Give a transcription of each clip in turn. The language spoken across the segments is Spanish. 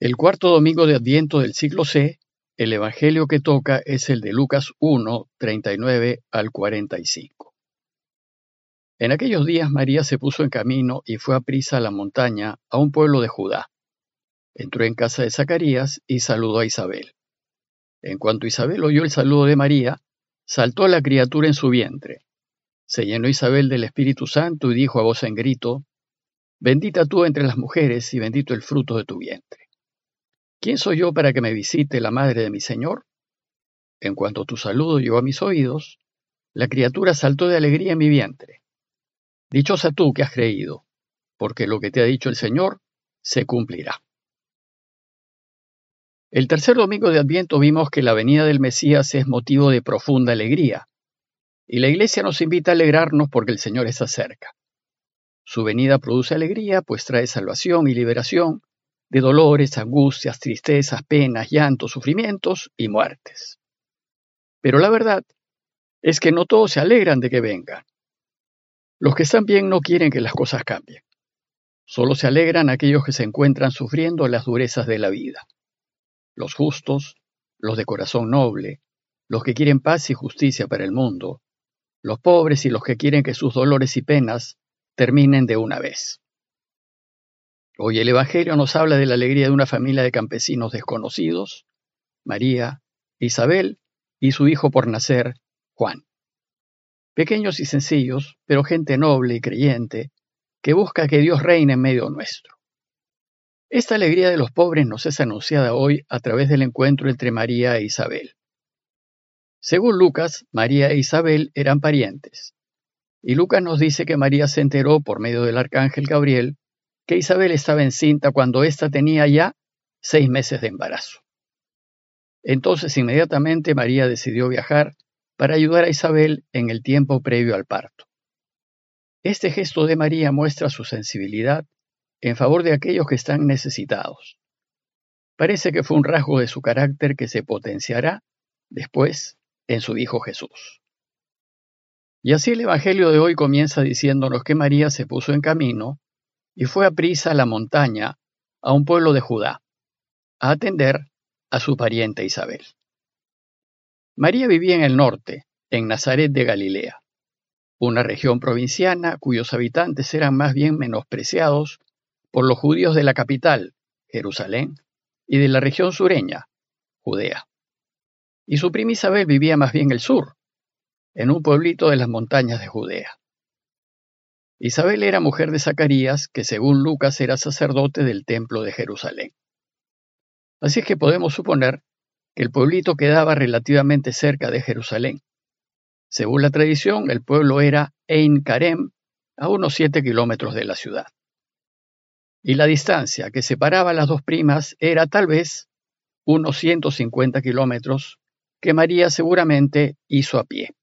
El cuarto domingo de Adviento del siglo C, el evangelio que toca es el de Lucas 1, 39 al 45. En aquellos días María se puso en camino y fue aprisa a la montaña, a un pueblo de Judá. Entró en casa de Zacarías y saludó a Isabel. En cuanto Isabel oyó el saludo de María, saltó la criatura en su vientre. Se llenó Isabel del Espíritu Santo y dijo a voz en grito: Bendita tú entre las mujeres y bendito el fruto de tu vientre. ¿Quién soy yo para que me visite la madre de mi Señor? En cuanto tu saludo llegó a mis oídos, la criatura saltó de alegría en mi vientre. Dichosa tú que has creído, porque lo que te ha dicho el Señor se cumplirá. El tercer domingo de Adviento vimos que la venida del Mesías es motivo de profunda alegría, y la Iglesia nos invita a alegrarnos porque el Señor está cerca. Su venida produce alegría, pues trae salvación y liberación de dolores, angustias, tristezas, penas, llantos, sufrimientos y muertes. Pero la verdad es que no todos se alegran de que venga. Los que están bien no quieren que las cosas cambien. Solo se alegran aquellos que se encuentran sufriendo las durezas de la vida. Los justos, los de corazón noble, los que quieren paz y justicia para el mundo, los pobres y los que quieren que sus dolores y penas terminen de una vez. Hoy el Evangelio nos habla de la alegría de una familia de campesinos desconocidos, María, Isabel y su hijo por nacer, Juan. Pequeños y sencillos, pero gente noble y creyente, que busca que Dios reine en medio nuestro. Esta alegría de los pobres nos es anunciada hoy a través del encuentro entre María e Isabel. Según Lucas, María e Isabel eran parientes, y Lucas nos dice que María se enteró por medio del arcángel Gabriel que Isabel estaba encinta cuando ésta tenía ya 6 meses de embarazo. Entonces inmediatamente María decidió viajar para ayudar a Isabel en el tiempo previo al parto. Este gesto de María muestra su sensibilidad en favor de aquellos que están necesitados. Parece que fue un rasgo de su carácter que se potenciará después en su Hijo Jesús. Y así el Evangelio de hoy comienza diciéndonos que María se puso en camino y fue aprisa a la montaña, a un pueblo de Judá, a atender a su pariente Isabel. María vivía en el norte, en Nazaret de Galilea, una región provinciana cuyos habitantes eran más bien menospreciados por los judíos de la capital, Jerusalén, y de la región sureña, Judea. Y su prima Isabel vivía más bien el sur, en un pueblito de las montañas de Judea. Isabel era mujer de Zacarías, que según Lucas era sacerdote del templo de Jerusalén. Así es que podemos suponer que el pueblito quedaba relativamente cerca de Jerusalén. Según la tradición, el pueblo era Ein Karem, a unos 7 kilómetros de la ciudad. Y la distancia que separaba a las dos primas era tal vez unos 150 kilómetros que María seguramente hizo a pie.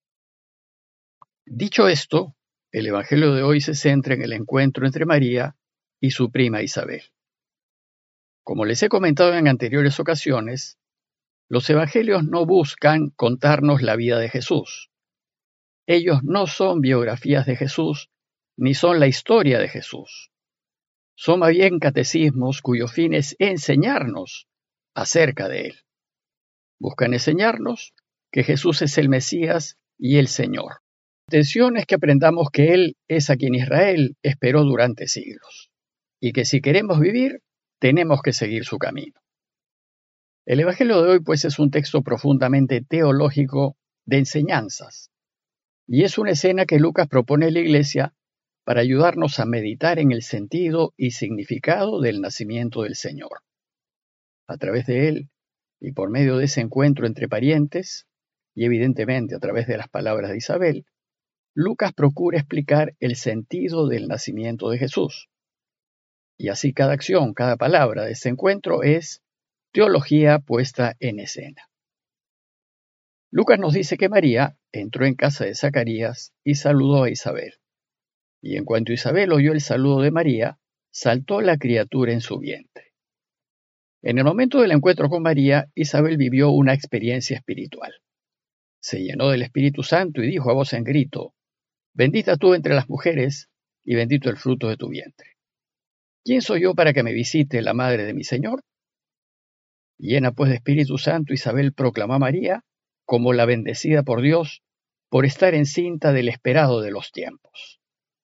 Dicho esto, el Evangelio de hoy se centra en el encuentro entre María y su prima Isabel. Como les he comentado en anteriores ocasiones, los Evangelios no buscan contarnos la vida de Jesús. Ellos no son biografías de Jesús, ni son la historia de Jesús. Son más bien catecismos cuyo fin es enseñarnos acerca de Él. Buscan enseñarnos que Jesús es el Mesías y el Señor. La intención es que aprendamos que Él es a quien Israel esperó durante siglos, y que si queremos vivir, tenemos que seguir su camino. El Evangelio de hoy, pues, es un texto profundamente teológico de enseñanzas, y es una escena que Lucas propone a la Iglesia para ayudarnos a meditar en el sentido y significado del nacimiento del Señor. A través de él, y por medio de ese encuentro entre parientes, y evidentemente a través de las palabras de Isabel, Lucas procura explicar el sentido del nacimiento de Jesús. Y así cada acción, cada palabra de este encuentro es teología puesta en escena. Lucas nos dice que María entró en casa de Zacarías y saludó a Isabel. Y en cuanto Isabel oyó el saludo de María, saltó la criatura en su vientre. En el momento del encuentro con María, Isabel vivió una experiencia espiritual. Se llenó del Espíritu Santo y dijo a voz en grito: Bendita tú entre las mujeres y bendito el fruto de tu vientre. ¿Quién soy yo para que me visite la madre de mi Señor? Llena pues de Espíritu Santo, Isabel proclamó a María como la bendecida por Dios por estar encinta del esperado de los tiempos.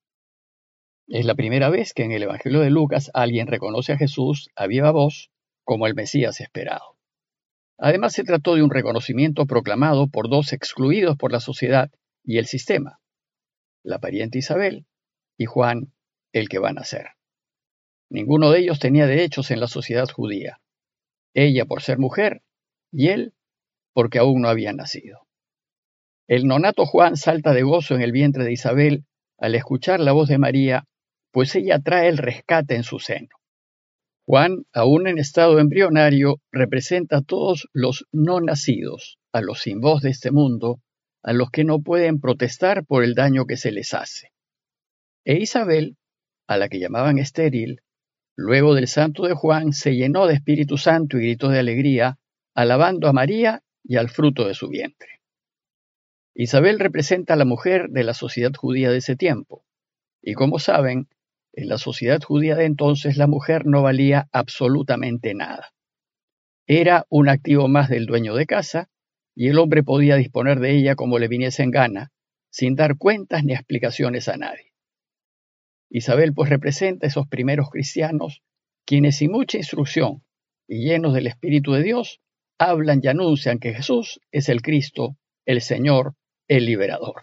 Es la primera vez que en el Evangelio de Lucas alguien reconoce a Jesús a viva voz como el Mesías esperado. Además, se trató de un reconocimiento proclamado por dos excluidos por la sociedad y el sistema, la pariente Isabel y Juan, el que va a nacer. Ninguno de ellos tenía derechos en la sociedad judía, ella por ser mujer y él porque aún no había nacido. El nonato Juan salta de gozo en el vientre de Isabel al escuchar la voz de María, pues ella trae el rescate en su seno. Juan, aún en estado embrionario, representa a todos los no nacidos, a los sin voz de este mundo, a los que no pueden protestar por el daño que se les hace. E Isabel, a la que llamaban estéril, luego del santo de Juan, se llenó de Espíritu Santo y gritó de alegría, alabando a María y al fruto de su vientre. Isabel representa a la mujer de la sociedad judía de ese tiempo, y como saben, en la sociedad judía de entonces la mujer no valía absolutamente nada. Era un activo más del dueño de casa, y el hombre podía disponer de ella como le viniese en gana, sin dar cuentas ni explicaciones a nadie. Isabel pues representa a esos primeros cristianos, quienes sin mucha instrucción y llenos del Espíritu de Dios, hablan y anuncian que Jesús es el Cristo, el Señor, el Liberador.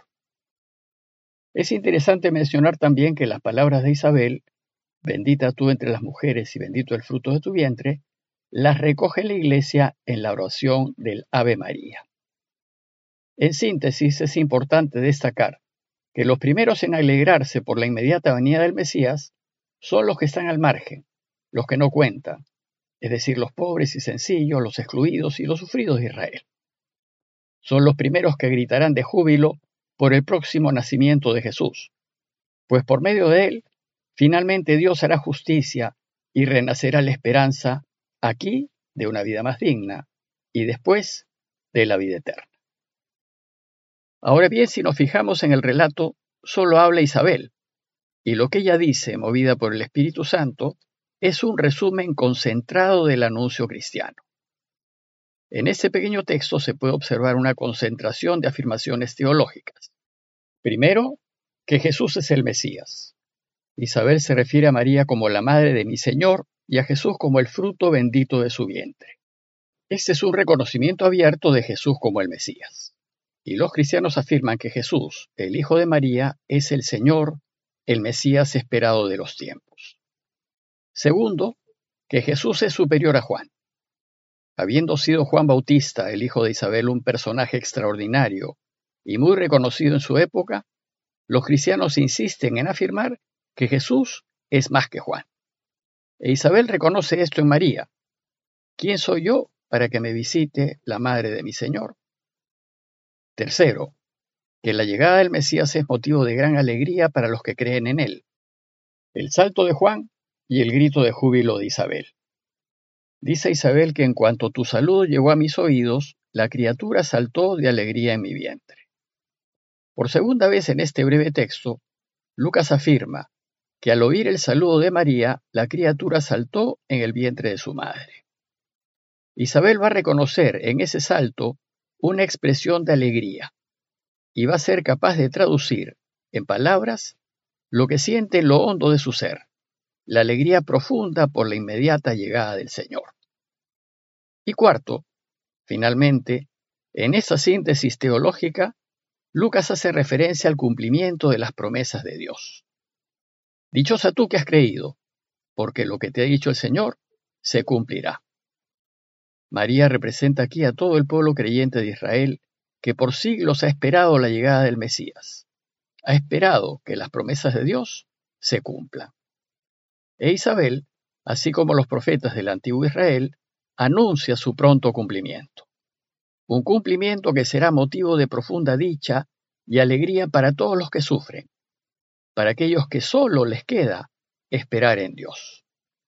Es interesante mencionar también que las palabras de Isabel, bendita tú entre las mujeres y bendito el fruto de tu vientre, las recoge la Iglesia en la oración del Ave María. En síntesis, es importante destacar que los primeros en alegrarse por la inmediata venida del Mesías son los que están al margen, los que no cuentan, es decir, los pobres y sencillos, los excluidos y los sufridos de Israel. Son los primeros que gritarán de júbilo por el próximo nacimiento de Jesús, pues por medio de él, finalmente Dios hará justicia y renacerá la esperanza aquí de una vida más digna y después de la vida eterna. Ahora bien, si nos fijamos en el relato, solo habla Isabel, y lo que ella dice, movida por el Espíritu Santo, es un resumen concentrado del anuncio cristiano. En este pequeño texto se puede observar una concentración de afirmaciones teológicas. Primero, que Jesús es el Mesías. Isabel se refiere a María como la madre de mi Señor y a Jesús como el fruto bendito de su vientre. Este es un reconocimiento abierto de Jesús como el Mesías. Y los cristianos afirman que Jesús, el Hijo de María, es el Señor, el Mesías esperado de los tiempos. Segundo, que Jesús es superior a Juan. Habiendo sido Juan Bautista, el hijo de Isabel, un personaje extraordinario y muy reconocido en su época, los cristianos insisten en afirmar que Jesús es más que Juan. E Isabel reconoce esto en María. ¿Quién soy yo para que me visite la madre de mi Señor? Tercero, que la llegada del Mesías es motivo de gran alegría para los que creen en él. El salto de Juan y el grito de júbilo de Isabel. Dice Isabel que en cuanto tu saludo llegó a mis oídos, la criatura saltó de alegría en mi vientre. Por segunda vez en este breve texto, Lucas afirma que al oír el saludo de María, la criatura saltó en el vientre de su madre. Isabel va a reconocer en ese salto una expresión de alegría y va a ser capaz de traducir en palabras lo que siente en lo hondo de su ser, la alegría profunda por la inmediata llegada del Señor. Y cuarto, finalmente, en esta síntesis teológica, Lucas hace referencia al cumplimiento de las promesas de Dios. Dichosa tú que has creído, porque lo que te ha dicho el Señor se cumplirá. María representa aquí a todo el pueblo creyente de Israel que por siglos ha esperado la llegada del Mesías. Ha esperado que las promesas de Dios se cumplan. E Isabel, así como los profetas del antiguo Israel, anuncia su pronto cumplimiento. Un cumplimiento que será motivo de profunda dicha y alegría para todos los que sufren, para aquellos que solo les queda esperar en Dios.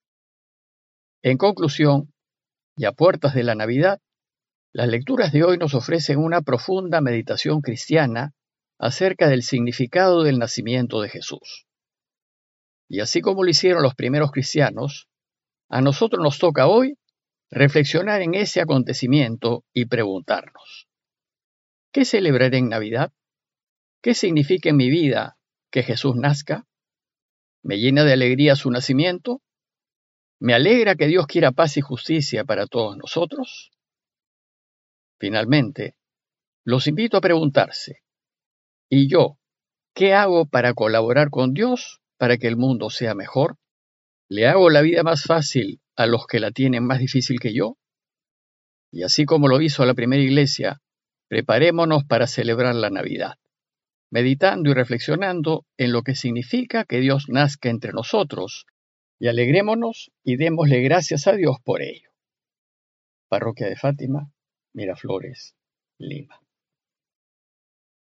En conclusión, y a puertas de la Navidad, las lecturas de hoy nos ofrecen una profunda meditación cristiana acerca del significado del nacimiento de Jesús. Y así como lo hicieron los primeros cristianos, a nosotros nos toca hoy reflexionar en ese acontecimiento y preguntarnos, ¿qué celebraré en Navidad? ¿Qué significa en mi vida que Jesús nazca? ¿Me llena de alegría su nacimiento? ¿Me alegra que Dios quiera paz y justicia para todos nosotros? Finalmente, los invito a preguntarse, ¿y yo qué hago para colaborar con Dios para que el mundo sea mejor? ¿Le hago la vida más fácil a los que la tienen más difícil que yo? Y así como lo hizo la primera iglesia, preparémonos para celebrar la Navidad, meditando y reflexionando en lo que significa que Dios nazca entre nosotros, y alegrémonos y démosle gracias a Dios por ello. Parroquia de Fátima, Miraflores, Lima.